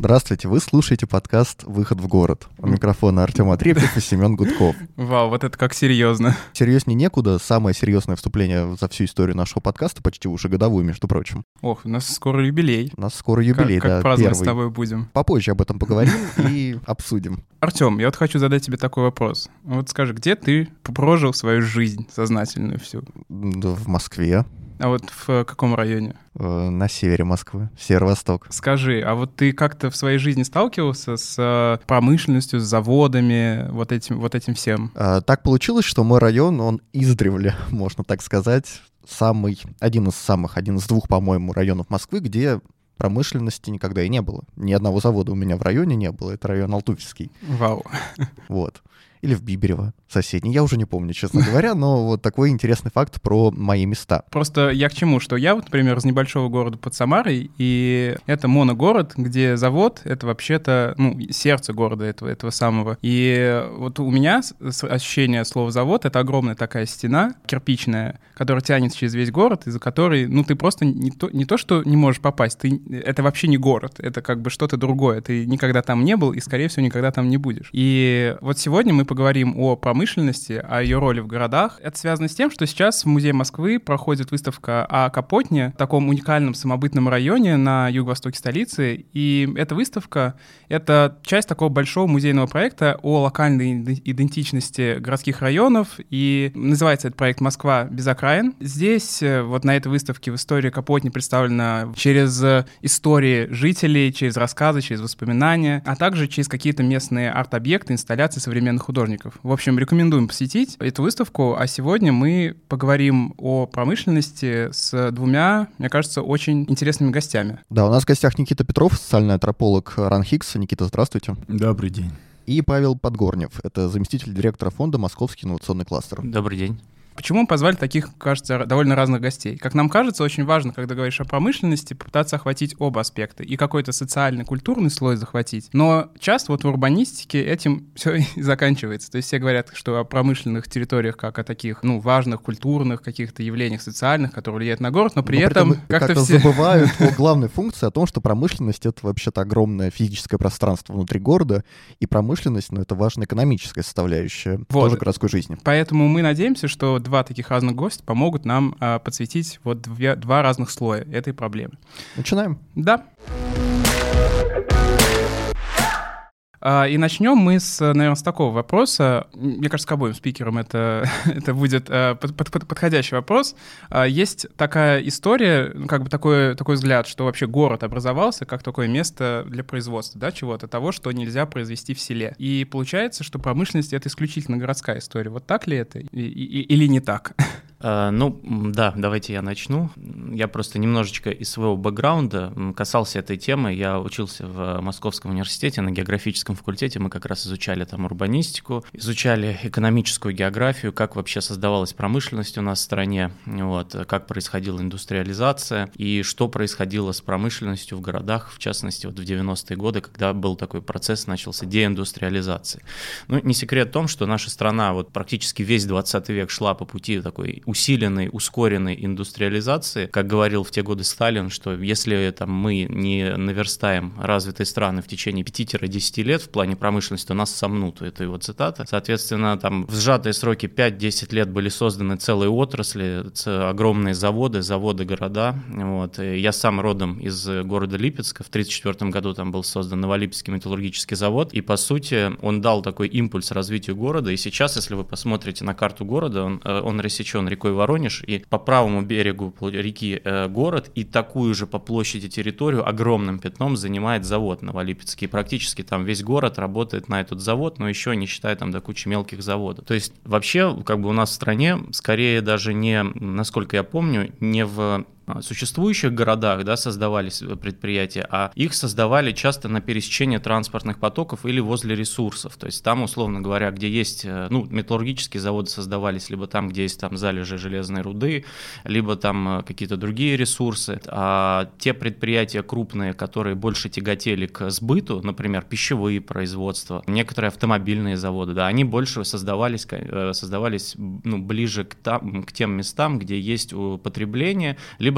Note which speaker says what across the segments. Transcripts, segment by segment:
Speaker 1: Здравствуйте, вы слушаете подкаст «Выход в город». У микрофона Артем Атрепьев и Семен Гудков.
Speaker 2: Вау, вот это как серьезно.
Speaker 1: Серьезнее некуда. Самое серьезное вступление за всю историю нашего подкаста, почти уже годовую, между прочим.
Speaker 2: Ох, у нас скоро юбилей.
Speaker 1: У нас скоро юбилей,
Speaker 2: как
Speaker 1: да,
Speaker 2: праздновать
Speaker 1: первый.
Speaker 2: с тобой будем?
Speaker 1: Попозже об этом поговорим и обсудим.
Speaker 2: Артем, я вот хочу задать тебе такой вопрос. Вот скажи, где ты прожил свою жизнь сознательную всю?
Speaker 1: В Москве.
Speaker 2: А вот в каком районе?
Speaker 1: На севере Москвы, северо-восток.
Speaker 2: Скажи, а вот ты как-то в своей жизни сталкивался с промышленностью, с заводами, вот этим всем?
Speaker 1: Так получилось, что мой район, он издревле, можно так сказать, один из двух, по-моему, районов Москвы, где промышленности никогда и не было. Ни одного завода у меня в районе не было. Это район Алтуфьевский.
Speaker 2: Вау.
Speaker 1: Вот. Или в Биберево, соседний. Я уже не помню, честно говоря, но вот такой интересный факт про мои места.
Speaker 2: Просто я к чему, что я, вот, например, из небольшого города под Самарой, и это моногород, где завод — это вообще-то, сердце города этого самого. И вот у меня ощущение слова «завод» — это огромная такая стена кирпичная, которая тянется через весь город, из-за которой, ты просто не то, что не можешь попасть, это вообще не город, это как бы что-то другое. Ты никогда там не был и, скорее всего, никогда там не будешь. И вот сегодня мы поговорим о промышленности, о ее роли в городах. Это связано с тем, что сейчас в Музее Москвы проходит выставка о Капотне, в таком уникальном самобытном районе на юго-востоке столицы. И эта выставка — это часть такого большого музейного проекта о локальной идентичности городских районов. И называется этот проект «Москва без окраин». Здесь, вот на этой выставке, в истории Капотни представлена через истории жителей, через рассказы, через воспоминания, а также через какие-то местные арт-объекты, инсталляции современных художников. В общем, рекомендуем посетить эту выставку, а сегодня мы поговорим о промышленности с двумя, мне кажется, очень интересными гостями.
Speaker 1: Да, у нас в гостях Никита Петров, социальный антрополог РАНХикс. Никита, здравствуйте.
Speaker 3: Добрый день.
Speaker 1: И Павел Подгорнев, это заместитель директора фонда «Московский инновационный кластер».
Speaker 4: Добрый день.
Speaker 2: Почему мы позвали таких, кажется, довольно разных гостей? Как нам кажется, очень важно, когда говоришь о промышленности, попытаться охватить оба аспекта. И какой-то социальный, культурный слой захватить. Но часто вот в урбанистике этим все и заканчивается. То есть все говорят, что о промышленных территориях, как о таких, важных культурных каких-то явлениях социальных, которые влияют на город, но при этом как-то все
Speaker 1: забывают о главной функции, о том, что промышленность — это вообще-то огромное физическое пространство внутри города, и промышленность, это важная экономическая составляющая тоже городской жизни.
Speaker 2: Поэтому мы надеемся, что два таких разных гостя помогут нам подсветить вот два разных слоя этой проблемы.
Speaker 1: Начинаем?
Speaker 2: Да. И начнем мы, наверное, с такого вопроса. Мне кажется, к обоим спикерам это будет подходящий вопрос. Есть такая история, как бы такой взгляд, что вообще город образовался как такое место для производства, да, чего-то, того, что нельзя произвести в селе. И получается, что промышленность — это исключительно городская история. Вот так ли это или не так?
Speaker 4: Да, давайте я начну. Я просто немножечко из своего бэкграунда касался этой темы. Я учился в Московском университете на географическом факультете. Мы как раз изучали там урбанистику, изучали экономическую географию, как вообще создавалась промышленность у нас в стране, как происходила индустриализация и что происходило с промышленностью в городах, в частности, в 90-е годы, когда был такой процесс, начался деиндустриализации. Не секрет в том, что наша страна практически весь 20 век шла по пути такой усиленной, ускоренной индустриализации. Как говорил в те годы Сталин, что если мы не наверстаем развитые страны в течение 5-10 лет в плане промышленности, то нас сомнут. Это его цитата. Соответственно, в сжатые сроки 5-10 лет были созданы целые отрасли, огромные заводы, города. Я сам родом из города Липецка. В 1934 году там был создан Новолипецкий металлургический завод. И, по сути, он дал такой импульс развитию города. И сейчас, если вы посмотрите на карту города, он рассечен рекой Воронеж, и по правому берегу реки город, и такую же по площади территорию огромным пятном занимает завод Новолипецкий. И практически там весь город работает на этот завод, но еще не считая там до кучи мелких заводов. То есть вообще у нас в стране скорее даже не, насколько я помню, не в существующих городах, создавались предприятия, а их создавали часто на пересечении транспортных потоков или возле ресурсов. То есть там, условно говоря, где есть, металлургические заводы создавались либо там, где есть там залежи железной руды, либо там какие-то другие ресурсы. А те предприятия крупные, которые больше тяготели к сбыту, например, пищевые производства, некоторые автомобильные заводы, они больше создавались ближе к тем местам, где есть потребление, либо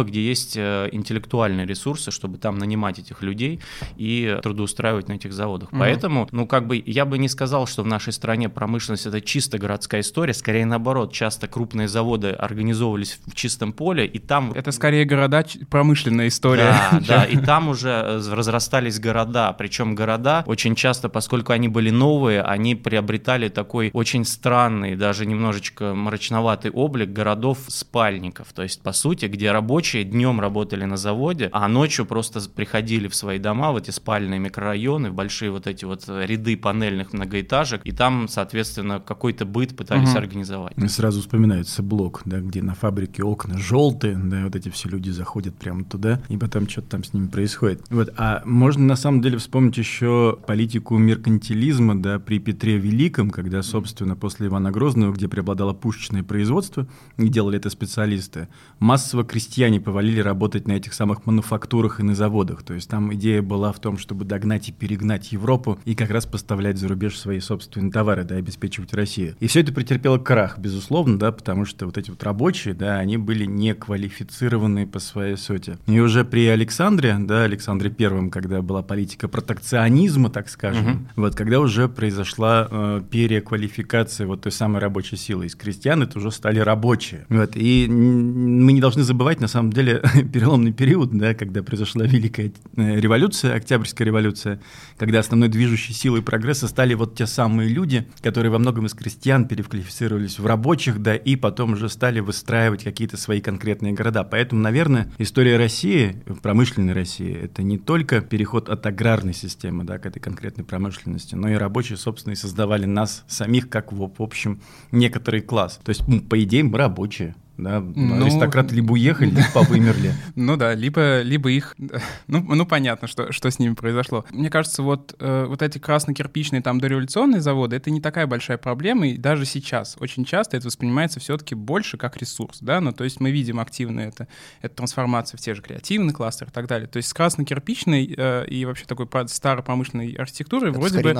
Speaker 4: либо где есть интеллектуальные ресурсы, чтобы там нанимать этих людей и трудоустраивать на этих заводах. Поэтому, я бы не сказал, что в нашей стране промышленность — это чисто городская история, скорее наоборот, часто крупные заводы организовывались в чистом поле, и там...
Speaker 2: Это скорее города, промышленная история.
Speaker 4: Да, и там уже разрастались города, причем города очень часто, поскольку они были новые, они приобретали такой очень странный, даже немножечко мрачноватый облик городов-спальников, то есть, по сути, где рабочие днем работали на заводе, а ночью просто приходили в свои дома, в эти спальные микрорайоны, в большие вот эти вот ряды панельных многоэтажек, и там, соответственно, какой-то быт пытались организовать.
Speaker 3: Сразу вспоминается блок, да, где на фабрике окна желтые, да, вот эти все люди заходят прямо туда, и потом что-то там с ними происходит. Вот. А можно на самом деле вспомнить еще политику меркантилизма, да, при Петре Великом, когда, собственно, после Ивана Грозного, где преобладало пушечное производство, и делали это специалисты, массово крестьяне повалили работать на этих самых мануфактурах и на заводах. То есть там идея была в том, чтобы догнать и перегнать Европу и как раз поставлять за рубеж свои собственные товары, да, обеспечивать Россию. И все это претерпело крах, безусловно, да, потому что вот эти вот рабочие, да, они были неквалифицированы по своей сути. И уже при Александре, да, Александре Первом, когда была политика протекционизма, так скажем, вот, когда уже произошла переквалификация вот той самой рабочей силы из крестьян, это уже стали рабочие. Вот, и мы не должны забывать, на самом деле, переломный период, да, когда произошла Великая революция, Октябрьская революция, когда основной движущей силой прогресса стали вот те самые люди, которые во многом из крестьян переквалифицировались в рабочих, да, и потом уже стали выстраивать какие-то свои конкретные города. Поэтому, наверное, история России, промышленной России, это не только переход от аграрной системы, да, к этой конкретной промышленности, но и рабочие, собственно, и создавали нас самих как, в общем, некоторый класс. То есть, по идее, мы рабочие. Да, аристократы либо уехали, либо повымерли.
Speaker 2: Ну да, либо их... Ну, понятно, что с ними произошло. Мне кажется, вот эти красно-кирпичные там дореволюционные заводы — это не такая большая проблема, и даже сейчас очень часто это воспринимается все-таки больше как ресурс, да, ну, то есть мы видим активно это трансформация в те же креативные кластеры и так далее. То есть с красно-кирпичной и вообще такой старопромышленной архитектурой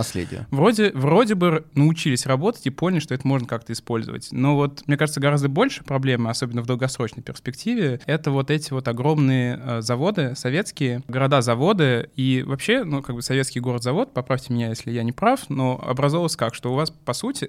Speaker 2: вроде бы научились работать и поняли, что это можно как-то использовать. Но вот, мне кажется, гораздо больше проблемы, особенно в долгосрочной перспективе, это вот эти вот огромные заводы советские, города-заводы, и вообще, ну, как бы советский город-завод, поправьте меня, если я не прав, но образовалось как, что у вас, по сути,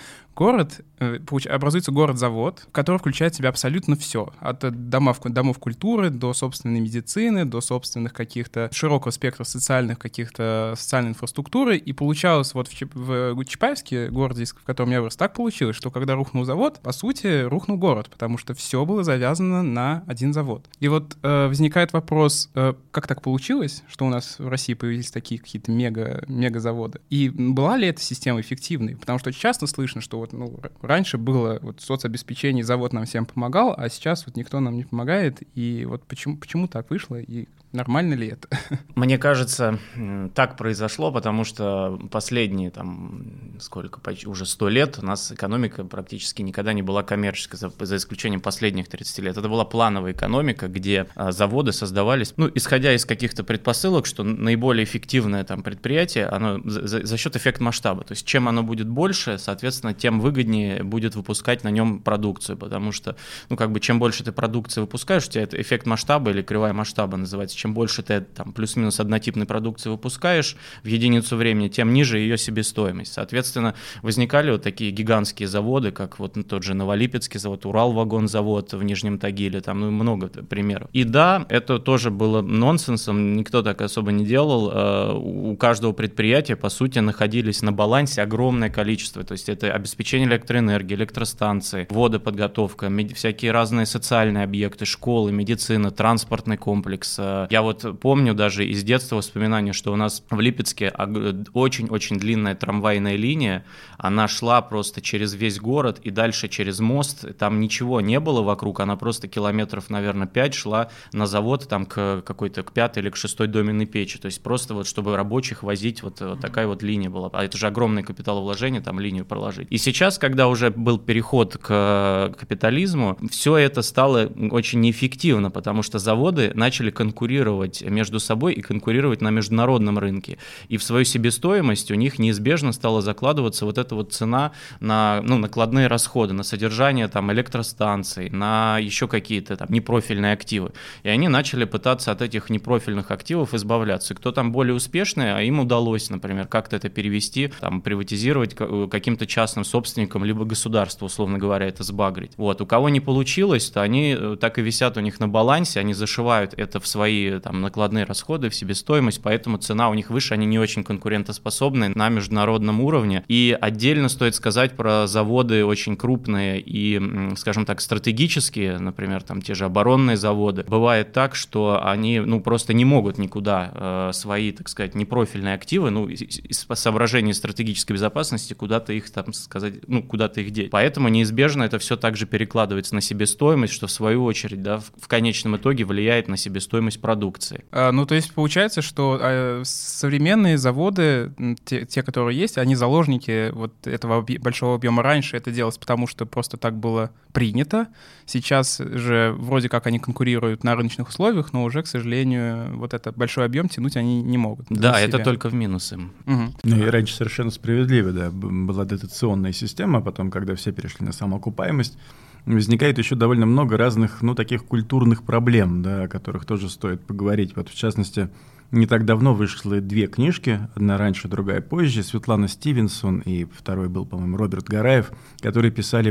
Speaker 2: образуется город-завод, который включает в себя абсолютно все, от домов культуры до собственной медицины, до собственных каких-то широкого спектра социальной инфраструктуры, и получалось вот в Чапаевске, городе, в котором я вырос, так получилось, что когда рухнул завод, по сути, рухнул город, потому что все было завязано на один завод. И вот возникает вопрос, как так получилось, что у нас в России появились такие какие-то мегазаводы? И была ли эта система эффективной? Потому что очень часто слышно, что вот, ну, раньше было вот соцобеспечение, завод нам всем помогал, а сейчас вот никто нам не помогает. И вот почему так вышло, и нормально ли это?
Speaker 4: Мне кажется, так произошло, потому что последние, уже 100 лет у нас экономика практически никогда не была коммерческой, за исключением последних 30 лет. Это была плановая экономика, где заводы создавались, исходя из каких-то предпосылок, что наиболее эффективное предприятие, оно за счет эффекта масштаба. То есть чем оно будет больше, соответственно, тем выгоднее будет выпускать на нем продукцию, потому что, чем больше ты продукции выпускаешь, у тебя это эффект масштаба или кривая масштаба называется. Чем больше ты плюс-минус однотипной продукции выпускаешь в единицу времени, тем ниже ее себестоимость. Соответственно, возникали вот такие гигантские заводы, как вот тот же Новолипецкий завод, Уралвагонзавод в Нижнем Тагиле, много примеров. И да, это тоже было нонсенсом, никто так особо не делал. У каждого предприятия, по сути, находились на балансе огромное количество. То есть это обеспечение электроэнергии, электростанции, водоподготовка, всякие разные социальные объекты, школы, медицина, транспортный комплекс. Я вот помню даже из детства воспоминания, что у нас в Липецке очень-очень длинная трамвайная линия, она шла просто через весь город и дальше через мост, там ничего не было вокруг, она просто километров, наверное, 5 шла на завод к какой-то к 5-й или к 6-й доменной печи, то есть просто вот чтобы рабочих возить, вот такая вот линия была, а это же огромное капиталовложение, там линию проложить. И сейчас сейчас, когда уже был переход к капитализму, все это стало очень неэффективно, потому что заводы начали конкурировать между собой и конкурировать на международном рынке. И в свою себестоимость у них неизбежно стала закладываться вот эта вот цена на накладные расходы, на содержание там электростанций, на еще какие-то там непрофильные активы. И они начали пытаться от этих непрофильных активов избавляться. И кто там более успешный, а им удалось, например, как-то это перевести, там, приватизировать каким-то частным собственникам, либо государству, условно говоря, это сбагрить. Вот. У кого не получилось, то они так и висят у них на балансе, они зашивают это в свои там накладные расходы, в себестоимость, поэтому цена у них выше, они не очень конкурентоспособны на международном уровне. И отдельно стоит сказать про заводы очень крупные и, скажем так, стратегические, например, там те же оборонные заводы. Бывает так, что они просто не могут никуда свои, так сказать, непрофильные активы, из соображений стратегической безопасности куда-то их, там сказать, куда-то их деть. Поэтому неизбежно это все также перекладывается на себестоимость, что в свою очередь, да, в конечном итоге влияет на себестоимость продукции.
Speaker 2: То есть получается, что современные заводы, те, которые есть, они заложники вот этого большого объема. Раньше это делалось потому, что просто так было принято. Сейчас же вроде как они конкурируют на рыночных условиях, но уже, к сожалению, вот этот большой объем тянуть они не могут.
Speaker 4: Да, это только в минусы.
Speaker 3: И раньше совершенно справедливо, да, была дотационная система, а потом, когда все перешли на самоокупаемость, возникает еще довольно много разных, таких культурных проблем, да, о которых тоже стоит поговорить. Вот, в частности, не так давно вышло 2 книжки, одна раньше, другая позже, Светлана Стивенсон и второй был, по-моему, Роберт Гараев, которые писали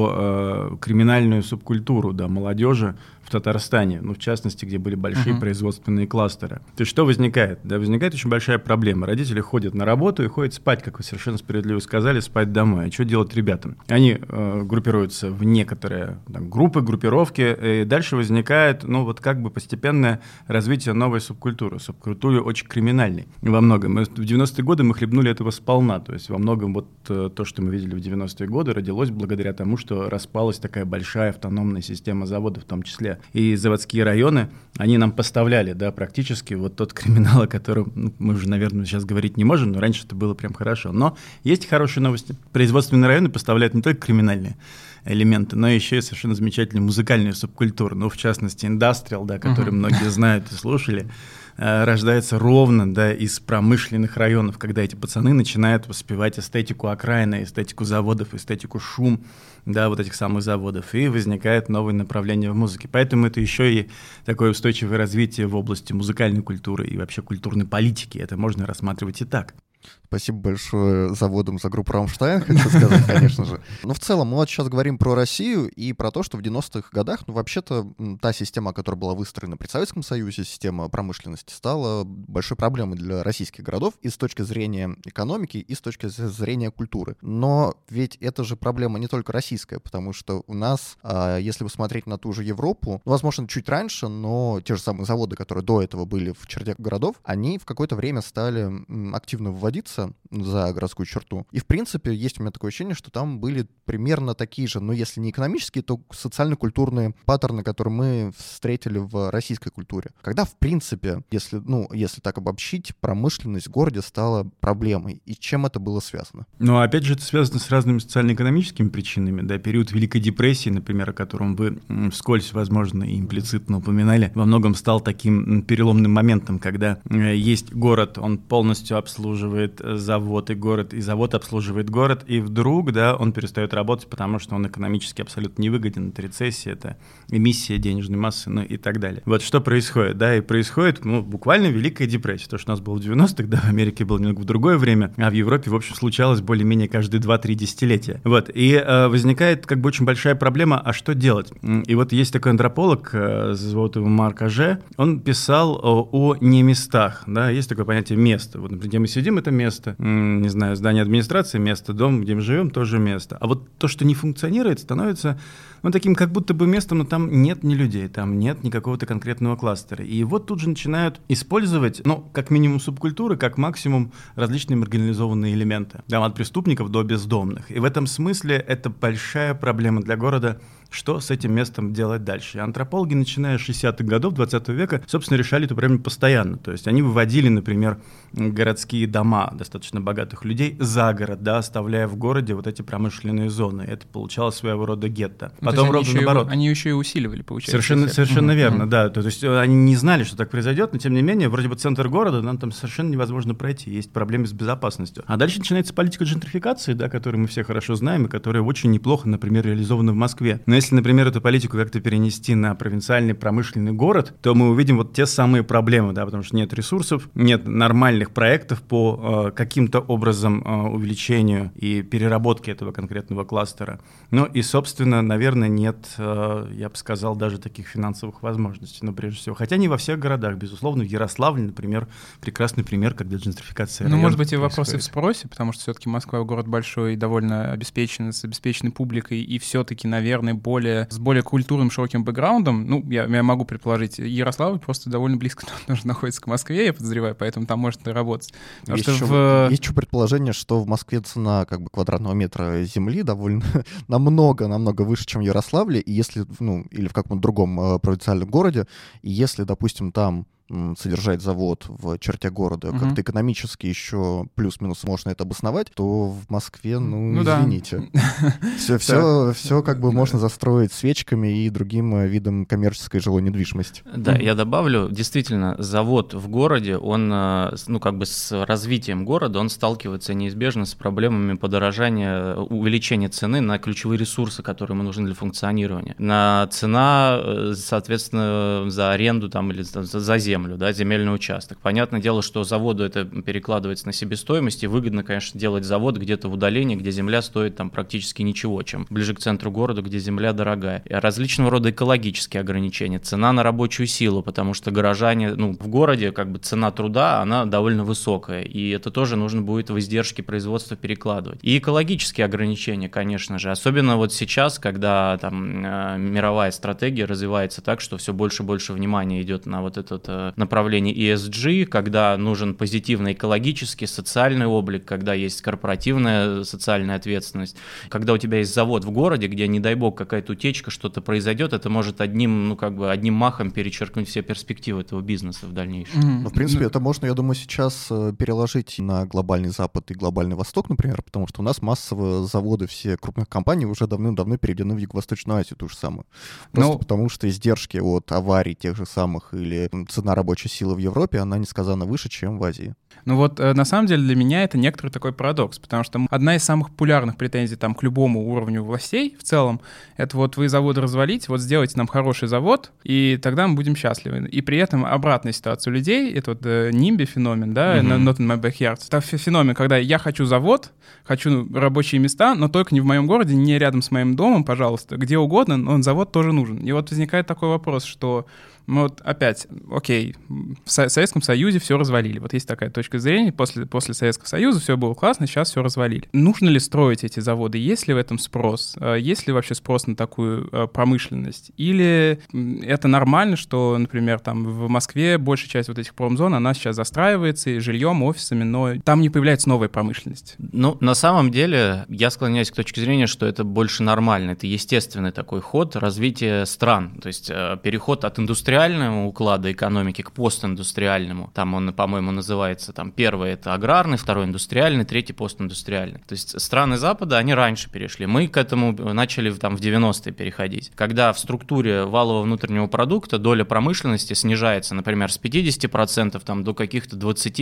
Speaker 3: про криминальную субкультуру, да, молодежи в Татарстане, в частности, где были большие производственные кластеры. То есть что возникает? Да, возникает очень большая проблема. Родители ходят на работу и ходят спать, как вы совершенно справедливо сказали, спать домой. А что делать ребятам? Они группируются в некоторые группы, группировки, и дальше возникает, постепенное развитие новой субкультуры. Субкультуре очень криминальной во многом. В 90-е годы мы хлебнули этого сполна. То есть во многом то, что мы видели в 90-е годы, родилось благодаря тому, что распалась такая большая автономная система заводов в том числе. И заводские районы, они нам поставляли, да, практически вот тот криминал, о котором мы уже, наверное, сейчас говорить не можем, но раньше это было прям хорошо. Но есть хорошие новости. Производственные районы поставляют не только криминальные элементы, но еще и совершенно замечательную музыкальную субкультуру. В частности, индастриал, да, который многие знают и слушали, рождается ровно, да, из промышленных районов, когда эти пацаны начинают воспевать эстетику окраины, эстетику заводов, эстетику шум, да, вот этих самых заводов, и возникает новое направление в музыке. Поэтому это еще и такое устойчивое развитие в области музыкальной культуры и вообще культурной политики. Это можно рассматривать и так.
Speaker 1: Спасибо большое заводам за группу «Рамштайн», хочу сказать, конечно же. Но в целом мы вот сейчас говорим про Россию и про то, что в 90-х годах, вообще-то та система, которая была выстроена при Советском Союзе, система промышленности, стала большой проблемой для российских городов и с точки зрения экономики, и с точки зрения культуры. Но ведь это же проблема не только российская, потому что у нас, если посмотреть на ту же Европу, возможно, чуть раньше, но те же самые заводы, которые до этого были в черте городов, они в какое-то время стали активно вводиться за городскую черту. И, в принципе, есть у меня такое ощущение, что там были примерно такие же, но если не экономические, то социально-культурные паттерны, которые мы встретили в российской культуре. Когда, в принципе, если так обобщить, промышленность в городе стала проблемой, и с чем это было связано?
Speaker 3: Опять же, это связано с разными социально-экономическими причинами. Да, период Великой депрессии, например, о котором вы вскользь, возможно, и имплицитно упоминали, во многом стал таким переломным моментом, когда есть город, он полностью обслуживает завод и завод обслуживает город, и вдруг, да, он перестает работать, потому что он экономически абсолютно невыгоден, это рецессия, это эмиссия денежной массы, и так далее. Вот что происходит, да, и происходит, буквально Великая депрессия, то, что у нас было в 90-х, да, в Америке было немного в другое время, а в Европе, в общем, случалось более-менее каждые 2-3 десятилетия. Вот, и возникает очень большая проблема, а что делать? И вот есть такой антрополог, зовут его Марк Аже, он писал о неместах, да, есть такое понятие место, вот, например, где мы сидим, это место, не знаю, здание администрации, место, дом, где мы живем, тоже место. А вот то, что не функционирует, становится таким как будто бы местом, но там нет ни людей, там нет никакого-то конкретного кластера. И вот тут же начинают использовать, как минимум субкультуры, как максимум различные маргинализованные элементы. Там от преступников до бездомных. И в этом смысле это большая проблема для города, что с этим местом делать дальше. Антропологи, начиная с 60-х годов 20 века, собственно, решали эту проблему постоянно. То есть они выводили, например, городские дома достаточно богатых людей за город, оставляя в городе вот эти промышленные зоны. Это получалось своего рода гетто. Потом ровно наоборот.
Speaker 2: Они еще и усиливали, получается.
Speaker 3: Совершенно верно, да. То есть они не знали, что так произойдет, но тем не менее, вроде бы центр города, нам там совершенно невозможно пройти, есть проблемы с безопасностью. А дальше начинается политика джентрификации, которую мы все хорошо знаем и которая очень неплохо, например, реализована в Москве. Но если, например, эту политику как-то перенести на провинциальный промышленный город, то мы увидим вот те самые проблемы, потому что нет ресурсов, нет нормальных проектов по каким-то образом увеличению и переработке этого конкретного кластера. И, собственно, наверное, нет, я бы сказал, даже таких финансовых возможностей, прежде всего. Хотя не во всех городах, безусловно. В Ярославле, например, прекрасный пример, когда джентрификация районов
Speaker 2: может быть, и вопросы в спросе, потому что все-таки Москва город большой и довольно обеспеченный, с обеспеченной публикой, и все-таки, наверное, с более культурным, широким бэкграундом. Я могу предположить, Ярославль просто довольно близко тоже находится к Москве, я подозреваю, поэтому там может работать.
Speaker 1: Есть еще предположение, что в Москве цена квадратного метра земли довольно намного выше, чем в Ярославле, и если, или в каком-то другом провинциальном городе, и если, допустим, там содержать завод в черте города, как-то экономически еще плюс-минус можно это обосновать, то в Москве, извините. Все можно застроить свечками и другим видом коммерческой жилой недвижимости.
Speaker 4: Да, я добавлю, действительно, завод в городе, он, с развитием города, он сталкивается неизбежно с проблемами подорожания, увеличения цены на ключевые ресурсы, которые ему нужны для функционирования. Цена, соответственно, за аренду или за землю, земельный участок. Понятное дело, что заводу это перекладывается на себестоимость, и выгодно, конечно, делать завод где-то в удалении, где земля стоит практически ничего, чем ближе к центру города, где земля дорогая. И различного рода экологические ограничения, цена на рабочую силу, потому что горожане, в городе цена труда, она довольно высокая, и это тоже нужно будет в издержки производства перекладывать. И экологические ограничения, конечно же, особенно сейчас, когда мировая стратегия развивается так, что все больше и больше внимания идет на этот направлении ESG, когда нужен позитивный экологический, социальный облик, когда есть корпоративная социальная ответственность, когда у тебя есть завод в городе, где, не дай бог, какая-то утечка, что-то произойдет, это может одним махом перечеркнуть все перспективы этого бизнеса в дальнейшем.
Speaker 1: В принципе, это можно, я думаю, сейчас переложить на глобальный Запад и глобальный Восток, например, потому что у нас массово заводы все крупных компаний уже давным-давно переведены в Юго-Восточную Азию, ту же самую. Просто потому что издержки от аварий тех же самых или цена рабочей силы в Европе, она несказанно выше, чем в Азии.
Speaker 2: На самом деле для меня это некоторый такой парадокс, потому что одна из самых популярных претензий к любому уровню властей в целом, это вы заводы развалите, сделайте нам хороший завод, и тогда мы будем счастливы. И при этом обратная ситуация у людей, это NIMBY феномен, not in my backyard. Это феномен, когда я хочу завод, хочу рабочие места, но только не в моем городе, не рядом с моим домом, пожалуйста, где угодно, но завод тоже нужен. И возникает такой вопрос, что опять, окей, в Советском Союзе все развалили. Есть такая точка зрения. После Советского Союза все было классно, сейчас все развалили. Нужно ли строить эти заводы? Есть ли в этом спрос? Есть ли вообще спрос на такую промышленность? Или это нормально, что, например, в Москве большая часть этих промзон, она сейчас застраивается и жильем, офисами, но там не появляется новая промышленность?
Speaker 4: На самом деле, я склоняюсь к точке зрения, что это больше нормально. Это естественный такой ход развития стран. То есть переход от индустриального уклада экономики к постиндустриальному. Там он, по-моему, называется, первый это аграрный, второй индустриальный, третий постиндустриальный. То есть страны Запада, они раньше перешли. Мы к этому начали в 90-е переходить. Когда в структуре валового внутреннего продукта доля промышленности снижается, например, с 50% до каких-то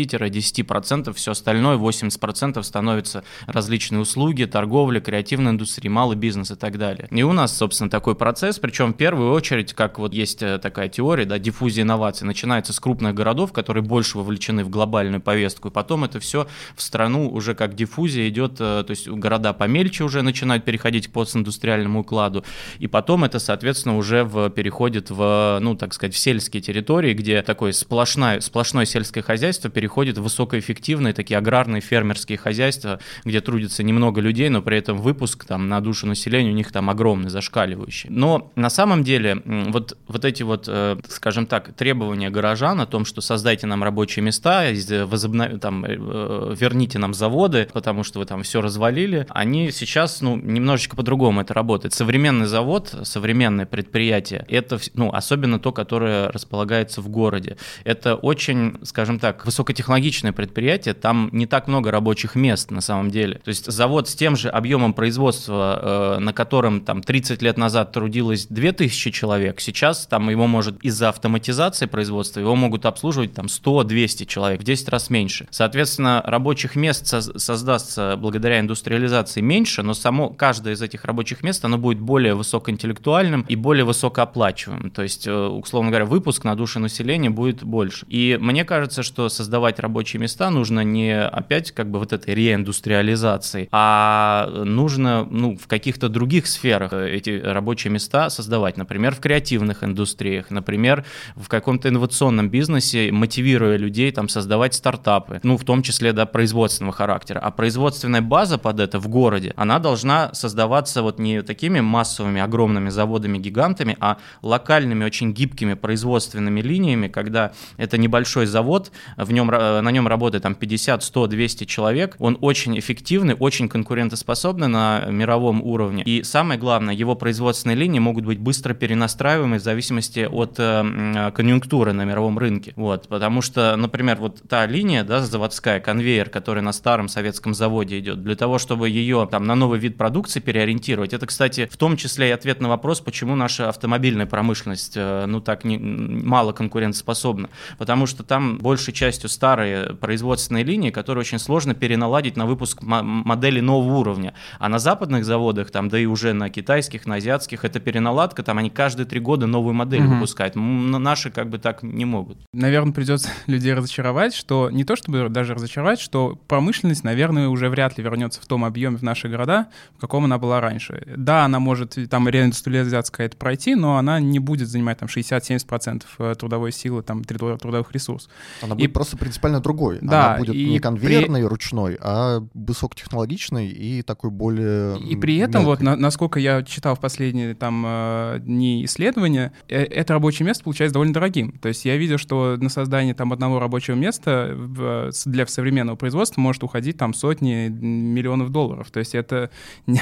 Speaker 4: 20-10%, все остальное, 80% становятся различные услуги, торговля, креативная индустрия, малый бизнес и так далее. И у нас, собственно, такой процесс, причем в первую очередь, как есть такая теория, диффузия инноваций, начинается с крупных городов, которые больше вовлечены в глобальную повестку, и потом это все в страну уже как диффузия идет, то есть города помельче уже начинают переходить к постиндустриальному укладу, и потом это, соответственно, уже переходит в, ну, так сказать, в сельские территории, где такое сплошное сельское хозяйство переходит в высокоэффективные такие аграрные фермерские хозяйства, где трудится немного людей, но при этом выпуск там на душу населения у них там огромный, зашкаливающий. Но на самом деле вот эти вот, скажем так, требования горожан о том, что создайте нам рабочие места, верните нам заводы, потому что вы там все развалили, они сейчас, ну, немножечко по-другому это работает. Современный завод, современное предприятие, это, ну, особенно то, которое располагается в городе, это очень, скажем так, высокотехнологичное предприятие, там не так много рабочих мест на самом деле. То есть завод с тем же объемом производства, на котором там 30 лет назад трудилось 2000 человек, сейчас там его может из-за автоматизации производства его могут обслуживать там 100-200 человек, в 10 раз меньше. Соответственно, рабочих мест создастся благодаря индустриализации меньше, но каждое из этих рабочих мест, оно будет более высокоинтеллектуальным и более высокооплачиваемым. То есть, условно говоря, выпуск на душу населения будет больше. И мне кажется, что создавать рабочие места нужно не опять как бы вот этой реиндустриализации, а нужно, ну, в каких-то других сферах эти рабочие места создавать. Например, в креативных индустриях, например, в каком-то инновационном бизнесе, мотивируя людей там создавать стартапы, ну, в том числе, да, производственного характера. А производственная база под это в городе, она должна создаваться вот не такими массовыми огромными заводами-гигантами, а локальными, очень гибкими производственными линиями, когда это небольшой завод, на нем работает там 50, 100, 200 человек, он очень эффективный, очень конкурентоспособный на мировом уровне. И самое главное, его производственные линии могут быть быстро перенастраиваемы в зависимости от конъюнктуры на мировом рынке. Вот, потому что, например, вот та линия, да, заводская, конвейер, который на старом советском заводе идет, для того, чтобы ее там на новый вид продукции переориентировать, это, кстати, в том числе и ответ на вопрос, почему наша автомобильная промышленность, ну, так мало конкурентоспособна. Потому что там большей частью старые производственные линии, которые очень сложно переналадить на выпуск моделей нового уровня. А на западных заводах, там, да и уже на китайских, на азиатских, это переналадка, там они каждые 3 года новую модель выпускают. Наши как бы так не могут.
Speaker 2: Наверное, придется людей разочаровать, что не то чтобы даже разочаровать, что промышленность, наверное, уже вряд ли вернется в том объеме в наши города, в каком она была раньше. Да, она может там реиндустриализация какая-то пройти, но она не будет занимать там 60-70% трудовой силы, там, трудовых ресурсов.
Speaker 1: Она будет просто принципиально другой.
Speaker 2: Да,
Speaker 1: она будет не конвейерной, ручной, а высокотехнологичной и такой более...
Speaker 2: И при этом, вот, насколько я читал в последние там дни исследования, это рабочее место получается довольно дорогим. То есть я видел, что на создание там одного рабочего места для современного производства может уходить там сотни миллионов долларов. То есть это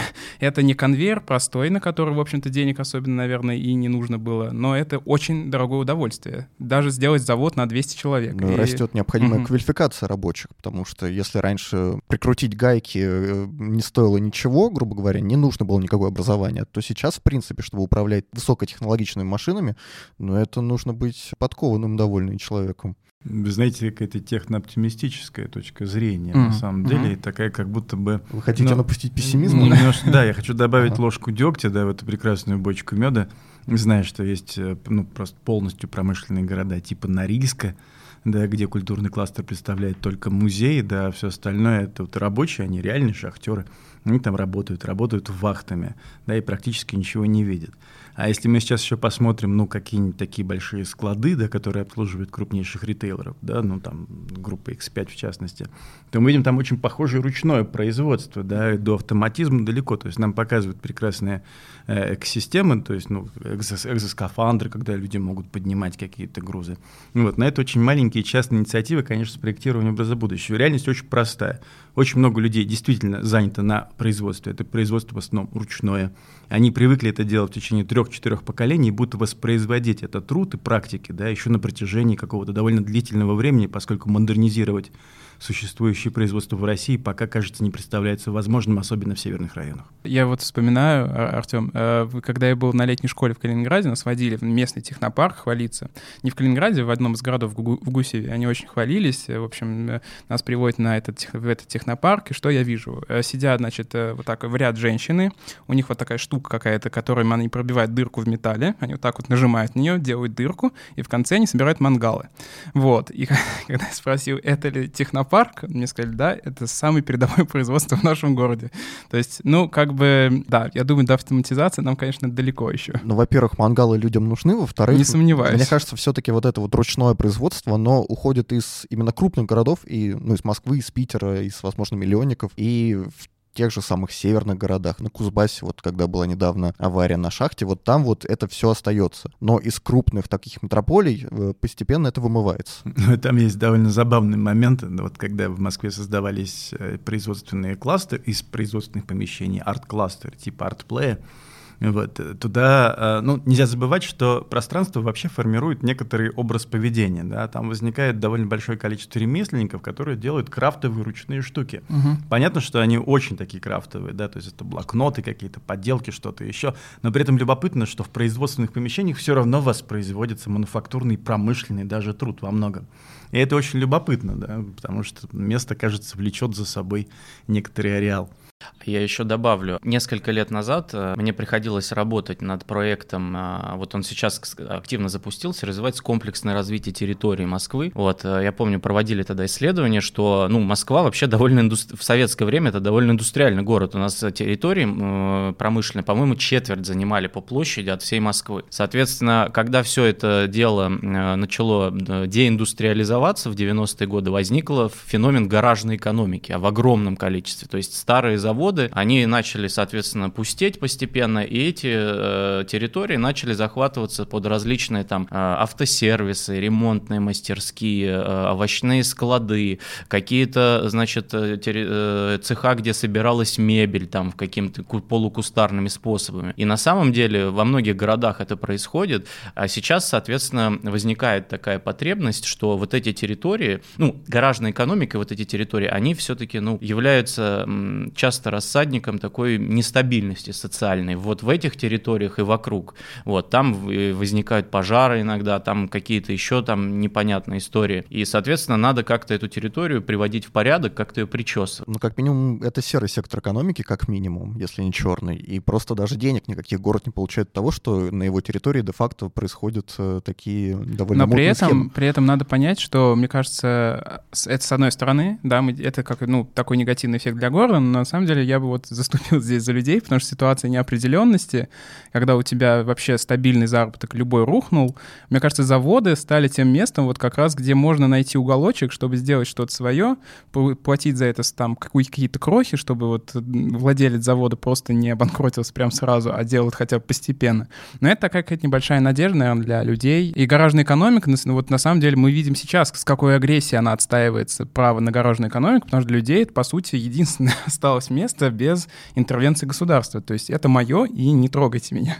Speaker 2: не конвейер простой, на который, в общем-то, денег особенно, наверное, и не нужно было, но это очень дорогое удовольствие. Даже сделать завод на 200 человек.
Speaker 1: Ну, растет необходимая квалификация рабочих, потому что если раньше прикрутить гайки не стоило ничего, грубо говоря, не нужно было никакого образования, то сейчас, в принципе, чтобы управлять высокотехнологичными машинами, ну, это нужно быть подкованным довольно человеком.
Speaker 3: Вы знаете, какая-то техно-оптимистическая точка зрения, на самом деле, и такая как будто бы...
Speaker 1: Вы хотите напустить пессимизм?
Speaker 3: Да, я хочу добавить ложку дегтя, да, в эту прекрасную бочку меда. Знаю, что есть, ну, просто полностью промышленные города типа Норильска, да, где культурный кластер представляет только музей, да, все остальное это вот рабочие, они реальные шахтеры, они там работают вахтами, да, и практически ничего не видят. А если мы сейчас еще посмотрим, ну, какие-нибудь такие большие склады, да, которые обслуживают крупнейших ритейлеров, да, ну, там, группа X5 в частности, то мы видим там очень похожее ручное производство, да, до автоматизма далеко, то есть нам показывают прекрасные экосистемы, то есть, ну, экзоскафандры, когда люди могут поднимать какие-то грузы. Вот, на это очень маленькие частные инициативы, конечно, с проектированием образа будущего. Реальность очень простая. Очень много людей действительно занято на производстве. Это производство в основном ручное. Они привыкли это делать в течение 3-4 поколений и будут воспроизводить этот труд и практики, да, еще на протяжении какого-то довольно длительного времени, поскольку модернизировать существующие производства в России пока, кажется, не представляется возможным, особенно в северных районах.
Speaker 2: Я вот вспоминаю, Артем, когда я был на летней школе в Калининграде, нас водили в местный технопарк хвалиться. Не в Калининграде, в одном из городов в Гусеве. Они очень хвалились. В общем, нас приводят в этот технопарк, и что я вижу? Сидят, значит, вот так в ряд женщины, у них вот такая штука какая-то, которой они пробивают дырку в металле, они вот так вот нажимают на нее, делают дырку, и в конце они собирают мангалы. Вот. И когда я спросил, это ли технопарк, мне сказали, да, это самое передовое производство в нашем городе. То есть, да, я думаю, до автоматизации нам, конечно, далеко еще.
Speaker 1: Ну, во-первых, мангалы людям нужны, во-вторых,
Speaker 2: не сомневаюсь.
Speaker 1: Мне кажется, все-таки вот это вот ручное производство, оно уходит из именно крупных городов, из Москвы, из Питера, из, возможно, миллионников, и в тех же самых северных городах. На Кузбассе, вот когда была недавно авария на шахте, вот там вот это все остается. Но из крупных таких метрополий постепенно это вымывается.
Speaker 3: Там есть довольно забавный момент, вот когда в Москве создавались производственные кластеры из производственных помещений, арт-кластеры типа артплея. Вот, туда, нельзя забывать, что пространство вообще формирует некоторый образ поведения, да, там возникает довольно большое количество ремесленников, которые делают крафтовые ручные штуки. Понятно, что они очень такие крафтовые, да, то есть это блокноты какие-то, подделки, что-то еще, но при этом любопытно, что в производственных помещениях все равно воспроизводится мануфактурный, промышленный даже труд во многом. И это очень любопытно, да, потому что место, кажется, влечет за собой некоторый ареал.
Speaker 4: Я еще добавлю, несколько лет назад мне приходилось работать над проектом, вот он сейчас активно запустился, развивается комплексное развитие территории Москвы. Вот, я помню, проводили тогда исследование, что, Москва вообще довольно, в советское время это довольно индустриальный город. У нас территории промышленные, по-моему, четверть занимали по площади от всей Москвы. Соответственно, когда все это дело начало деиндустриализоваться в 90-е годы, возник феномен гаражной экономики, в огромном количестве. То есть старые заводы, они начали, соответственно, пустеть постепенно, и эти территории начали захватываться под различные там автосервисы, ремонтные мастерские, овощные склады, какие-то, значит, цеха, где собиралась мебель там какими-то полукустарными способами. И на самом деле во многих городах это происходит, а сейчас, соответственно, возникает такая потребность, что вот эти территории, гаражная экономика, вот эти территории, они все-таки, являются часто рассадником такой нестабильности социальной вот в этих территориях и вокруг. Вот, там возникают пожары иногда, там какие-то еще там непонятные истории. И, соответственно, надо как-то эту территорию приводить в порядок, как-то ее причесывать.
Speaker 1: Как минимум, это серый сектор экономики, как минимум, если не черный. И просто даже денег никаких город не получает от того, что на его территории де-факто происходят такие довольно мутные схемы.
Speaker 2: Но при этом надо понять, что, мне кажется, это с одной стороны, да, это как такой негативный эффект для города, но на самом деле я бы вот заступил здесь за людей, потому что ситуация неопределенности, когда у тебя вообще стабильный заработок любой рухнул, мне кажется, заводы стали тем местом вот как раз, где можно найти уголочек, чтобы сделать что-то свое, платить за это там какие-то крохи, чтобы вот владелец завода просто не обанкротился прям сразу, а делал хотя бы постепенно. Но это такая какая-то небольшая надежда, наверное, для людей. И гаражная экономика, вот на самом деле мы видим сейчас, с какой агрессией она отстаивается, право на гаражную экономику, потому что для людей это, по сути, единственное осталось место без интервенции государства. То есть это мое, и не трогайте меня.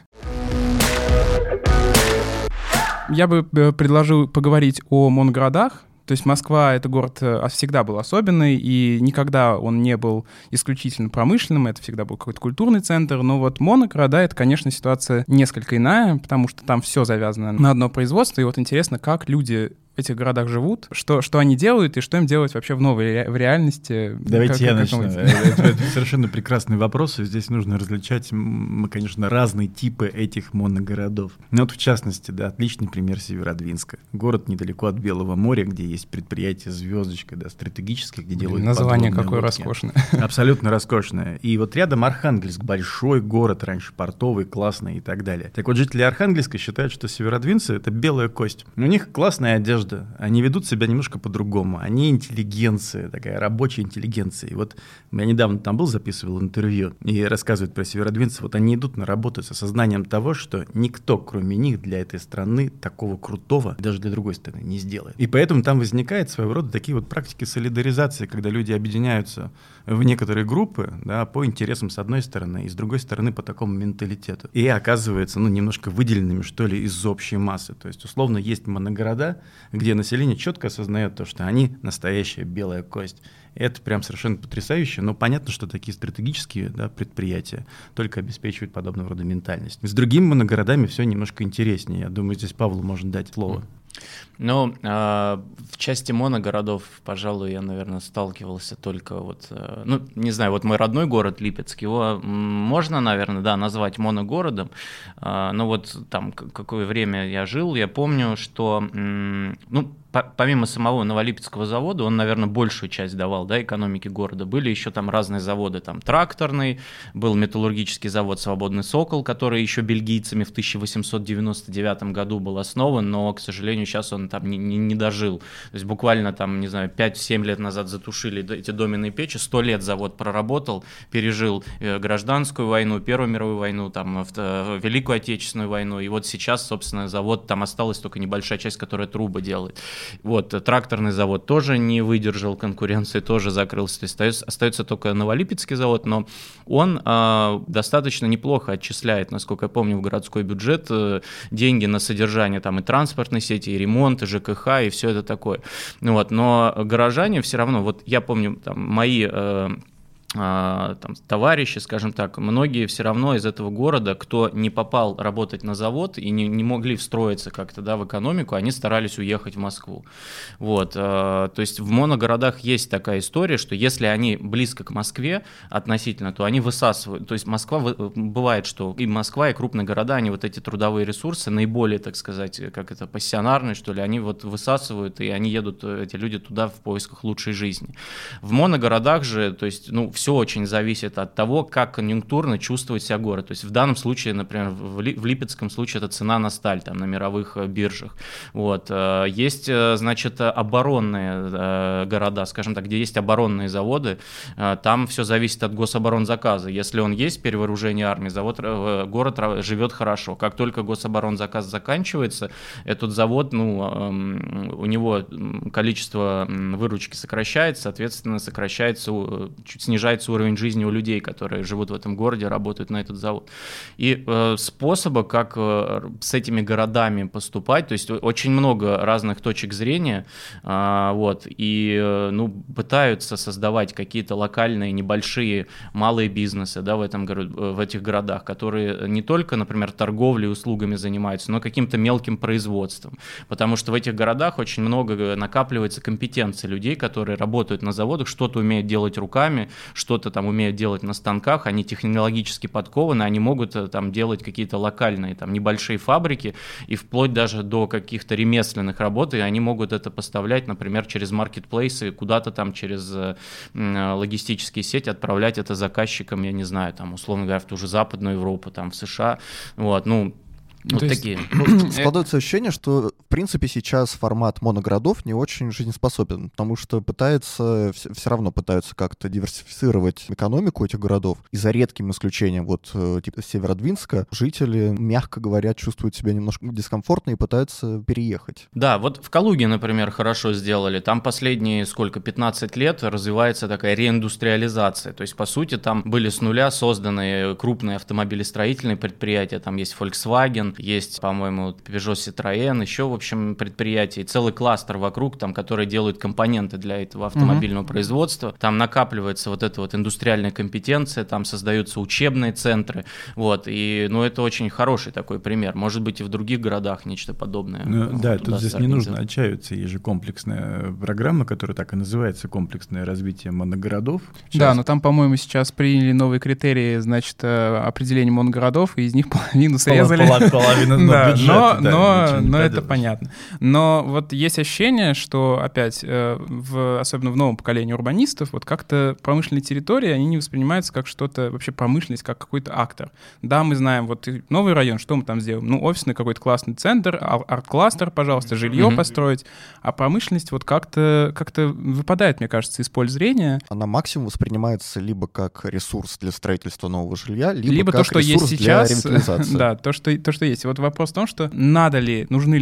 Speaker 2: Я бы предложил поговорить о моногородах. То есть Москва — это город всегда был особенный, и никогда он не был исключительно промышленным, это всегда был какой-то культурный центр. Но вот моногорода — это, конечно, ситуация несколько иная, потому что там все завязано на одно производство. И вот интересно, как люди в этих городах живут, что они делают и что им делать вообще в новой реальности.
Speaker 3: Давайте я начну. Это совершенно прекрасный вопрос, и здесь нужно различать, конечно, разные типы этих моногородов. Вот в частности, да, отличный пример Северодвинска. Город недалеко от Белого моря, где есть предприятие «Звездочка», да, стратегическое, где делают
Speaker 2: название какое
Speaker 3: лодки.
Speaker 2: Роскошное.
Speaker 3: Абсолютно роскошное. И вот рядом Архангельск, большой город, раньше портовый, классный и так далее. Так вот, жители Архангельска считают, что северодвинцы — это белая кость. У них классная одежда, они ведут себя немножко по-другому. Они интеллигенция, такая рабочая интеллигенция. И вот я недавно там был, записывал интервью, и рассказывают про северодвинцев. Вот они идут на работу с осознанием того, что никто, кроме них, для этой страны такого крутого, даже для другой страны, не сделает. И поэтому там возникает своего рода такие вот практики солидаризации, когда люди объединяются в некоторые группы, да, по интересам с одной стороны, и с другой стороны по такому менталитету. И оказываются, немножко выделенными, что ли, из общей массы. То есть, условно, есть моногорода, где население четко осознает то, что они настоящая белая кость. Это прям совершенно потрясающе, но понятно, что такие стратегические, да, предприятия только обеспечивают подобного рода ментальность. С другими моногородами все немножко интереснее. Я думаю, здесь Павлу можно дать слово.
Speaker 4: Ну, в части моногородов, пожалуй, я, наверное, сталкивался только вот, ну, не знаю, вот мой родной город Липецк, его можно, наверное, да, назвать моногородом, но вот там какое время я жил, я помню, что, ну, помимо самого Новолипецкого завода, он, наверное, большую часть давал, да, экономике города. Были еще там разные заводы, там тракторный, был металлургический завод «Свободный Сокол», который еще бельгийцами в 1899 году был основан, но, к сожалению, сейчас он там не дожил. То есть буквально там, не знаю, 5-7 лет назад затушили эти доменные печи, 100 лет завод проработал, пережил гражданскую войну, Первую мировую войну, там, Великую Отечественную войну, и вот сейчас, собственно, завод, там осталась только небольшая часть, которая трубы делает. Вот, тракторный завод тоже не выдержал конкуренции, тоже закрылся. То есть остается только Новолипецкий завод, но он достаточно неплохо отчисляет, насколько я помню, в городской бюджет деньги на содержание там и транспортной сети, и ремонт, и ЖКХ, и все это такое. Вот, но горожане все равно, вот я помню, там, мои там, товарищи, скажем так, многие все равно из этого города, кто не попал работать на завод и не могли встроиться как-то, да, в экономику, они старались уехать в Москву. Вот, то есть в моногородах есть такая история, что если они близко к Москве относительно, то они высасывают, то есть Москва, бывает, что и Москва, и крупные города, они вот эти трудовые ресурсы наиболее, так сказать, как это, пассионарные, что ли, они вот высасывают, и они едут, эти люди, туда в поисках лучшей жизни. В моногородах же, то есть, ну, все очень зависит от того, как конъюнктурно чувствует себя город. То есть в данном случае, например, в Липецком случае это цена на сталь там, на мировых биржах. Вот. Есть, значит, оборонные города, скажем так, где есть оборонные заводы, там все зависит от гособоронзаказа. Если он есть, перевооружение армии, город живет хорошо. Как только гособоронзаказ заканчивается, этот завод, ну, у него количество выручки сокращается, соответственно, снижается уровень жизни у людей, которые живут в этом городе, работают на этот завод. И способа, как с этими городами поступать, то есть очень много разных точек зрения, вот, и ну, пытаются создавать какие-то локальные, небольшие, малые бизнесы, да, в этих городах, которые не только, например, торговлей, услугами занимаются, но каким-то мелким производством. Потому что в этих городах очень много накапливается компетенции людей, которые работают на заводах, что-то умеют делать руками, что-то там умеют делать на станках, они технологически подкованы, они могут там делать какие-то локальные там небольшие фабрики и вплоть даже до каких-то ремесленных работ, и они могут это поставлять, например, через маркетплейсы, куда-то там через логистические сети отправлять это заказчикам, я не знаю, там, условно говоря, в ту же Западную Европу, там, в США, вот, ну, вот такие.
Speaker 1: Складывается ощущение, что, в принципе, сейчас формат моногородов не очень жизнеспособен, потому что все равно пытаются как-то диверсифицировать экономику этих городов. И за редким исключением, вот, типа Северодвинска, жители, мягко говоря, чувствуют себя немножко дискомфортно и пытаются переехать.
Speaker 4: Да, вот в Калуге, например, хорошо сделали. Там последние, 15 лет развивается такая реиндустриализация. То есть, по сути, там были с нуля созданы крупные автомобилестроительные предприятия. Там есть Volkswagen, есть, по-моему, Peugeot, Citroën, еще, в общем, предприятия, целый кластер вокруг, там, которые делают компоненты для этого автомобильного производства. Там накапливается вот эта вот индустриальная компетенция, там создаются учебные центры, вот, и, ну, это очень хороший такой пример. Может быть, и в других городах нечто подобное.
Speaker 3: Да, тут здесь не нужно отчаиваться, есть же комплексная программа, которая так и называется, комплексное развитие моногородов. Сейчас... Да,
Speaker 2: но там, по-моему, сейчас приняли новые критерии, значит, определения моногородов, и из них половину срезали. Но это понятно. Но вот есть ощущение, что опять, особенно в новом поколении урбанистов, вот как-то промышленные территории, они не воспринимаются как что-то, вообще промышленность, как какой-то актор. Да, мы знаем, вот новый район, что мы там сделаем? Ну, офисный какой-то классный центр, арт-кластер, пожалуйста, жилье построить. А промышленность вот как-то выпадает, мне кажется, из поля зрения.
Speaker 1: Она максимум воспринимается либо как ресурс для строительства нового жилья, либо
Speaker 2: как
Speaker 1: то, что
Speaker 2: есть
Speaker 1: сейчас,
Speaker 2: для ревитализации. Да, то, что есть. Вот вопрос в том, что нужны ли промышленные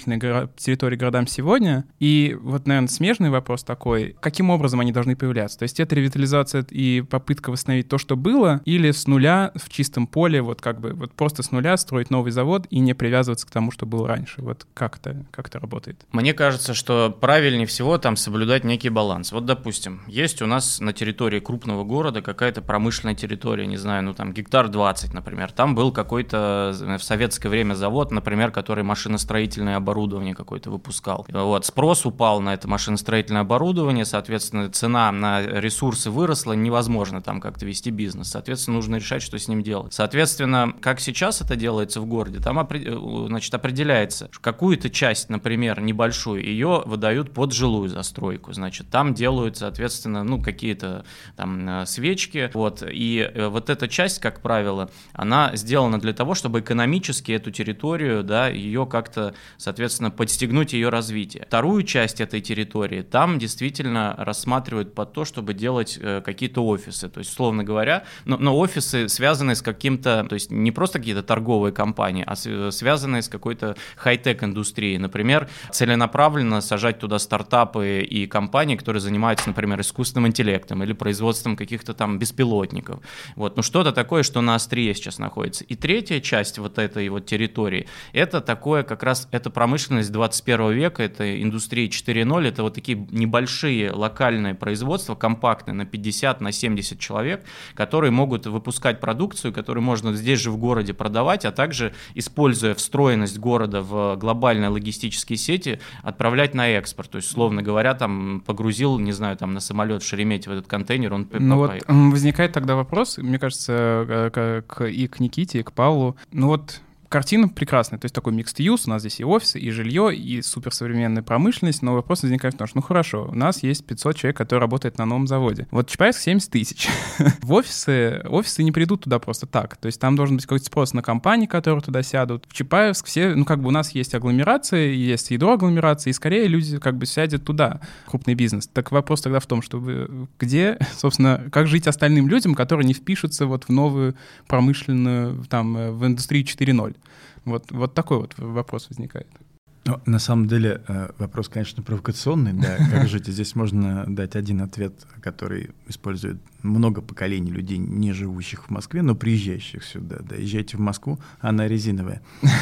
Speaker 2: промышленные территории городам сегодня. И вот, наверное, смежный вопрос такой, каким образом они должны появляться? То есть это ревитализация и попытка восстановить то, что было, или с нуля в чистом поле, вот как бы вот просто с нуля строить новый завод и не привязываться к тому, что было раньше? Вот как это работает?
Speaker 4: Мне кажется, что правильнее всего там соблюдать некий баланс. Вот, допустим, есть у нас на территории крупного города какая-то промышленная территория, не знаю, ну там гектар 20, например. Там был какой-то в советское время завод, например, который машиностроительное оборудование какое-то выпускал. Вот, спрос упал на это машиностроительное оборудование, соответственно, цена на ресурсы выросла, невозможно там как-то вести бизнес. Соответственно, нужно решать, что с ним делать. Соответственно, как сейчас это делается в городе, там, значит, определяется, какую-то часть, например, небольшую, ее выдают под жилую застройку. Значит, там делают, соответственно, ну, какие-то там свечки. Вот, и вот эта часть, как правило, она сделана для того, чтобы экономически эту территорию, да, ее как-то, соответственно, подстегнуть ее развитие. Вторую часть этой территории там действительно рассматривают под то, чтобы делать какие-то офисы. То есть, условно говоря, но офисы связаны с каким-то, то есть не просто какие-то торговые компании, а связанные с какой-то хай-тек индустрией. Например, целенаправленно сажать туда стартапы и компании, которые занимаются, например, искусственным интеллектом или производством каких-то там беспилотников. Вот, ну что-то такое, что на острие сейчас находится. И третья часть вот этой вот территории, это такое как раз, это промышленность 21 века, это индустрия 4.0, это вот такие небольшие локальные производства, компактные, на 50, на 70 человек, которые могут выпускать продукцию, которую можно здесь же в городе продавать, а также, используя встроенность города в глобальные логистические сети, отправлять на экспорт. То есть, условно говоря, там погрузил, не знаю, там на самолет в Шереметьево этот контейнер, он
Speaker 2: Ну вот возникает тогда вопрос, мне кажется, и к Никите, и к Павлу. Ну вот картина прекрасная, то есть такой mixed use, у нас здесь и офисы, и жилье, и суперсовременная промышленность, но вопрос возникает в том, что, ну хорошо, у нас есть 500 человек, которые работают на новом заводе. Вот Чапаевск 70 тысяч. В офисы не придут туда просто так, то есть там должен быть какой-то спрос на компании, которые туда сядут. В Чапаевск все, ну как бы у нас есть агломерация, есть ядро агломерации, и скорее люди как бы сядут туда, крупный бизнес. Так вопрос тогда в том, что где, собственно, как жить остальным людям, которые не впишутся вот в новую промышленную, там, в индустрию 4.0. Вот такой вот вопрос возникает.
Speaker 3: Ну, на самом деле вопрос, конечно, провокационный, да, как жить. Здесь можно дать один ответ, который использует много поколений людей, не живущих в Москве, но приезжающих сюда. Да, езжайте в Москву, она резиновая.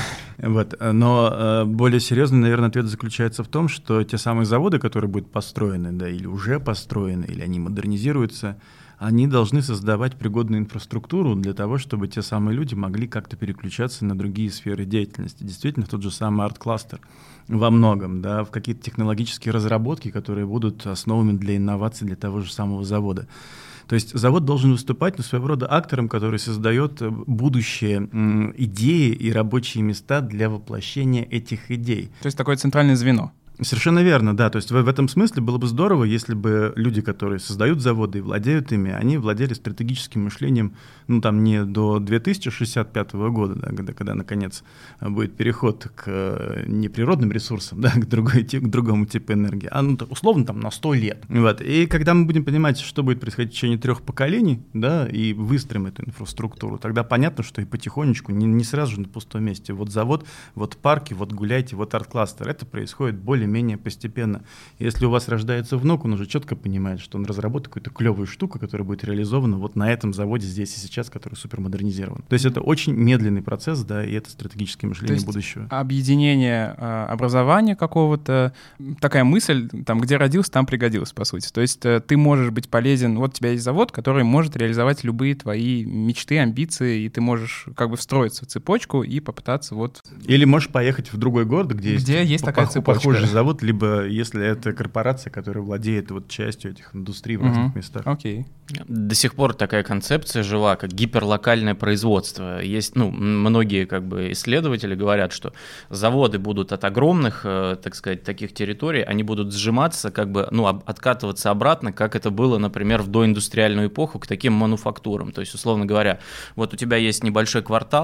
Speaker 3: Вот. Но более серьезный, наверное, ответ заключается в том, что те самые заводы, которые будут построены, да, или уже построены, или они модернизируются, они должны создавать пригодную инфраструктуру для того, чтобы те самые люди могли как-то переключаться на другие сферы деятельности. Действительно, в тот же самый арт-кластер во многом, да, в какие-то технологические разработки, которые будут основами для инноваций для того же самого завода. То есть завод должен выступать своего рода актором, который создает будущие идеи и рабочие места для воплощения этих идей.
Speaker 2: То есть такое центральное звено.
Speaker 3: Совершенно верно, да. То есть в этом смысле было бы здорово, если бы люди, которые создают заводы и владеют ими, они владели стратегическим мышлением, ну, там, не до 2065 года, да, когда, наконец, будет переход к неприродным ресурсам, да, к другому типу энергии, а, ну, условно, там, на 100 лет. Вот. И когда мы будем понимать, что будет происходить в течение 3 поколений, да, и выстроим эту инфраструктуру, тогда понятно, что и потихонечку, не сразу же на пустом месте. Вот завод, вот парки, вот гуляйте, вот арт-кластер. Это происходит более-менее постепенно. Если у вас рождается внук, он уже четко понимает, что он разработает какую-то клевую штуку, которая будет реализована вот на этом заводе здесь и сейчас, который супермодернизирован. То есть это очень медленный процесс, да, и это стратегическое мышление будущего.
Speaker 2: Объединение образования какого-то, такая мысль, там, где родился, там пригодился, по сути. То есть ты можешь быть полезен, вот у тебя есть завод, который может реализовать любые твои мечты, амбиции, и ты можешь как бы встроиться в цепочку и попытаться вот...
Speaker 3: Или можешь поехать в другой город, где есть
Speaker 2: такая цепочка.
Speaker 3: Похожий завод, либо если это корпорация, которая владеет вот частью этих индустрий в разных местах.
Speaker 2: Окей.
Speaker 4: До сих пор такая концепция жива, как гиперлокальное производство. Есть, ну, многие как бы исследователи говорят, что заводы будут от огромных, так сказать, таких территорий, они будут сжиматься, как бы, ну, откатываться обратно, как это было, например, в доиндустриальную эпоху, к таким мануфактурам. То есть, условно говоря, вот у тебя есть небольшой квартал,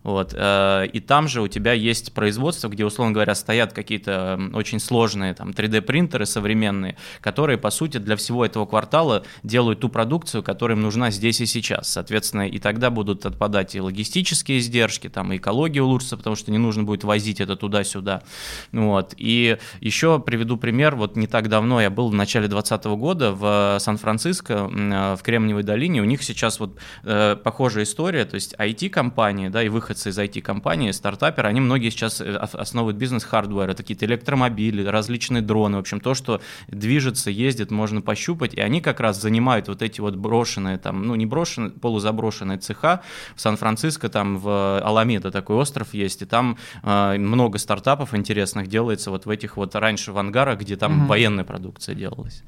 Speaker 4: Вот. И там же у тебя есть производство, где, условно говоря, стоят какие-то очень сложные там 3D-принтеры современные, которые, по сути, для всего этого квартала делают ту продукцию, которая им нужна здесь и сейчас. Соответственно, и тогда будут отпадать и логистические издержки, там, и экология улучшится, потому что не нужно будет возить это туда-сюда. Вот. И еще приведу пример. Вот не так давно я был в начале 2020 года в Сан-Франциско, в Кремниевой долине. У них сейчас вот похожая история, то есть IT-компании, да, и выходцы из IT-компании, стартаперы, они многие сейчас основывают бизнес-хардвер, это какие-то электромобили, различные дроны, в общем, то, что движется, ездит, можно пощупать, и они как раз занимают вот эти вот брошенные, там, ну, не брошенные, полузаброшенные цеха. В Сан-Франциско, там, в Аламеда такой остров есть, и там много стартапов интересных делается вот в этих вот раньше в ангарах, где там военная продукция делалась.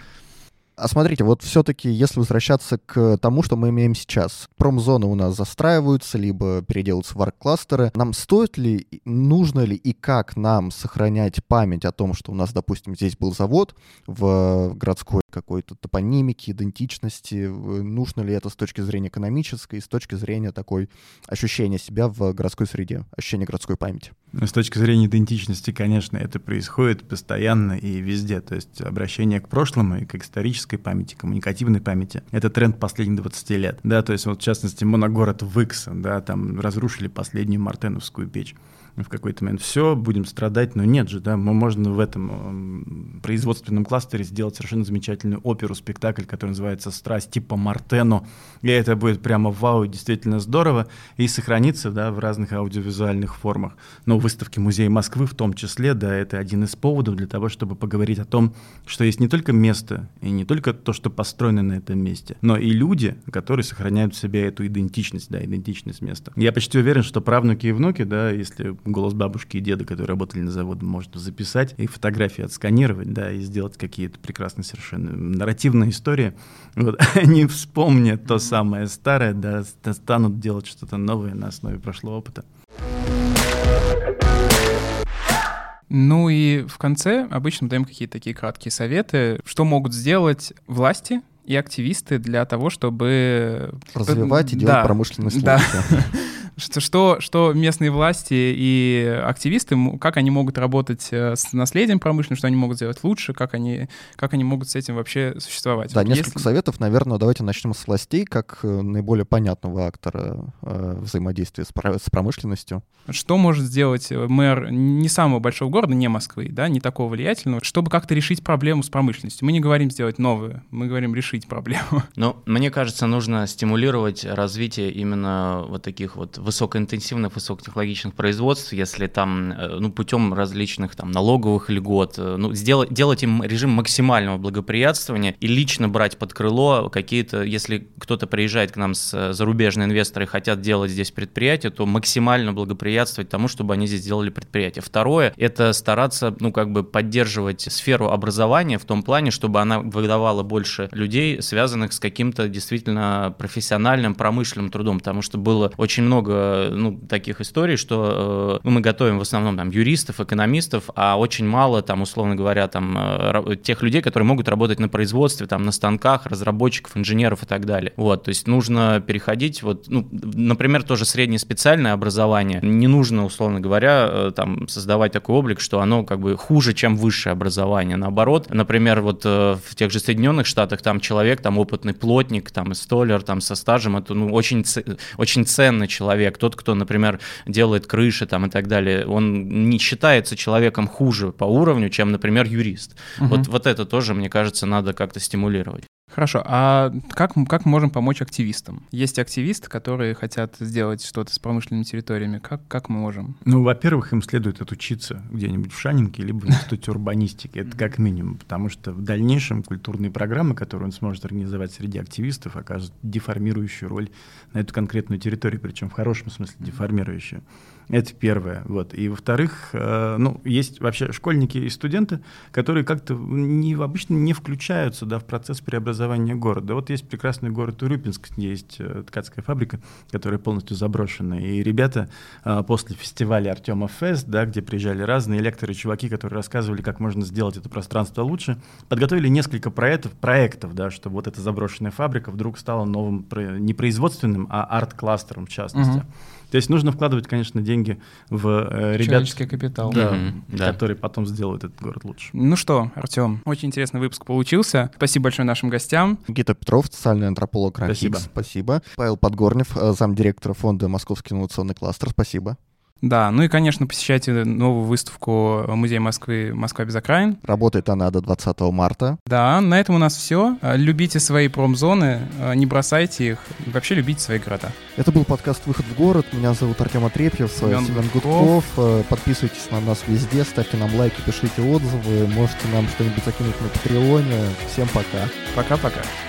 Speaker 1: А смотрите, вот все-таки, если возвращаться к тому, что мы имеем сейчас, промзоны у нас застраиваются, либо переделываются в арк-кластеры, нам стоит ли, нужно ли и как нам сохранять память о том, что у нас, допустим, здесь был завод в городской какой-то топонимике, идентичности, нужно ли это с точки зрения экономической, с точки зрения такой ощущения себя в городской среде, ощущения городской памяти?
Speaker 3: С точки зрения идентичности, конечно, это происходит постоянно и везде, то есть обращение к прошлому и к исторической памяти, коммуникативной памяти. Это тренд последних 20 лет. Да, то есть вот в частности моногород Выкса, да, там разрушили последнюю мартеновскую печь. В какой-то момент все, будем страдать, но нет же, да, можно в этом производственном кластере сделать совершенно замечательную оперу, спектакль, который называется «Страсть» типа Мартено, и это будет прямо вау, действительно здорово, и сохранится, да, в разных аудиовизуальных формах. Но выставки Музея Москвы в том числе, да, это один из поводов для того, чтобы поговорить о том, что есть не только место, и не только то, что построено на этом месте, но и люди, которые сохраняют в себе эту идентичность, да, идентичность места. Я почти уверен, что правнуки и внуки, да, если голос бабушки и деда, которые работали на заводе, можно записать и фотографии отсканировать, да, и сделать какие-то прекрасные совершенно нарративные истории. Вот. Они вспомнят то самое старое, да, станут делать что-то новое на основе прошлого опыта.
Speaker 2: Ну и в конце обычно даем какие-то такие краткие советы, что могут сделать власти и активисты для того, чтобы
Speaker 1: развивать и делать промышленность лучше.
Speaker 2: Что местные власти и активисты, как они могут работать с наследием промышленным, что они могут сделать лучше, как они могут с этим вообще существовать.
Speaker 1: Да, несколько советов, наверное, давайте начнем с властей, как наиболее понятного актора взаимодействия с промышленностью.
Speaker 2: Что может сделать мэр не самого большого города, не Москвы, да, не такого влиятельного, чтобы как-то решить проблему с промышленностью? Мы не говорим сделать новую, мы говорим решить проблему.
Speaker 4: Ну, мне кажется, нужно стимулировать развитие именно вот таких вот высокоинтенсивных, высокотехнологичных производств, если там, ну, путем различных там налоговых льгот, ну, делать им режим максимального благоприятствования и лично брать под крыло какие-то, если кто-то приезжает к нам с зарубежные инвесторы и хотят делать здесь предприятия, то максимально благоприятствовать тому, чтобы они здесь делали предприятия. Второе, это стараться, ну, как бы поддерживать сферу образования в том плане, чтобы она выдавала больше людей, связанных с каким-то действительно профессиональным, промышленным трудом, потому что было очень много, ну, таких историй, что мы готовим в основном там юристов, экономистов, а очень мало там, условно говоря, там тех людей, которые могут работать на производстве, там на станках, разработчиков, инженеров и так далее. Вот, то есть нужно переходить, вот, ну, например, тоже среднее специальное образование. Не нужно, условно говоря, там создавать такой облик, что оно как бы хуже, чем высшее образование. Наоборот, например, вот в тех же Соединенных Штатах там человек, там опытный плотник, там столяр, там со стажем, это, ну, очень ценный человек. Тот, кто, например, делает крыши там и так далее, он не считается человеком хуже по уровню, чем, например, юрист. Вот это тоже, мне кажется, надо как-то стимулировать.
Speaker 2: Хорошо, а как мы можем помочь активистам? Есть активисты, которые хотят сделать что-то с промышленными территориями. Как мы можем?
Speaker 3: Ну, во-первых, им следует отучиться где-нибудь в Шанинке либо в Институте урбанистики. Это как минимум, потому что в дальнейшем культурные программы, которые он сможет организовать среди активистов, окажут деформирующую роль на эту конкретную территорию, причем в хорошем смысле деформирующую. Это первое. Вот. И во-вторых, ну, есть вообще школьники и студенты, которые как-то обычно не включаются, да, в процесс преобразования города. Вот есть прекрасный город Урюпинск, где есть ткацкая фабрика, которая полностью заброшена. И ребята после фестиваля Артема Фест, да, где приезжали разные лекторы, чуваки, которые рассказывали, как можно сделать это пространство лучше, подготовили несколько проектов, да, чтобы вот эта заброшенная фабрика вдруг стала новым, не производственным, а арт-кластером в частности. То есть нужно вкладывать, конечно, деньги в ребят,
Speaker 2: Человеческий капитал.
Speaker 3: да,
Speaker 4: Да.
Speaker 3: которые потом сделают этот город лучше.
Speaker 2: Ну что, Артем, очень интересный выпуск получился. Спасибо большое нашим гостям.
Speaker 1: Никита Петров, социальный антрополог
Speaker 3: Спасибо.
Speaker 1: РАНХИКС. Спасибо. Павел Подгорнев, замдиректора фонда «Московский инновационный кластер». Спасибо.
Speaker 2: Да, ну и, конечно, посещайте новую выставку Музея Москвы «Москва без окраин».
Speaker 1: Работает она до 20 марта.
Speaker 2: Да, на этом у нас все. Любите свои промзоны, не бросайте их, и вообще любите свои города.
Speaker 1: Это был подкаст «Выход в город». Меня зовут Артем Отрепьев,
Speaker 2: Семен
Speaker 1: Семен
Speaker 2: Гудков.
Speaker 1: Гудков. Подписывайтесь на нас везде, ставьте нам лайки, пишите отзывы. Можете нам что-нибудь закинуть на Патреоне. Всем пока.
Speaker 2: Пока-пока.